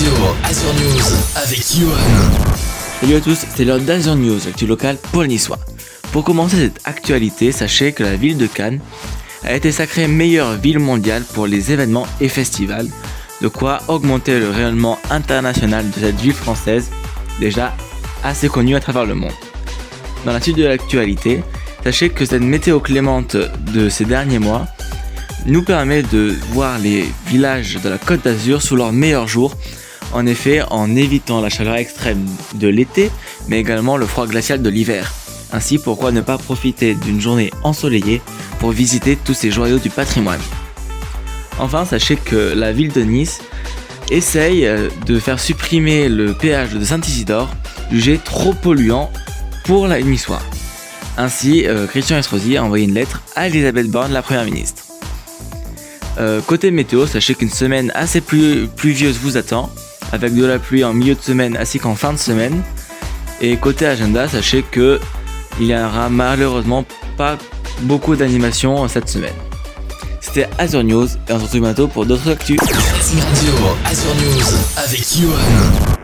Radio Azure News avec Yohan. Salut à tous, c'est l'heure d'Azure News, l'actu locale pour le niçois. Pour commencer cette actualité, sachez que la ville de Cannes a été sacrée meilleure ville mondiale pour les événements et festivals, de quoi augmenter le rayonnement international de cette ville française, déjà assez connue à travers le monde. Dans la suite de l'actualité, sachez que cette météo clémente de ces derniers mois nous permet de voir les villages de la Côte d'Azur sous leurs meilleurs jours, en effet en évitant la chaleur extrême de l'été, mais également le froid glacial de l'hiver. Ainsi, pourquoi ne pas profiter d'une journée ensoleillée pour visiter tous ces joyaux du patrimoine. Enfin, sachez que la ville de Nice essaye de faire supprimer le péage de Saint-Isidore, jugé trop polluant pour la niçois. Ainsi, Christian Estrosi a envoyé une lettre à Elisabeth Borne, la première ministre. Côté météo, sachez qu'une semaine assez pluvieuse vous attend, avec de la pluie en milieu de semaine ainsi qu'en fin de semaine. Et côté agenda, sachez que il n'y aura malheureusement pas beaucoup d'animations cette semaine. C'était Azure News et on se retrouve bientôt pour d'autres actus. Radio Azure News avec Yohan.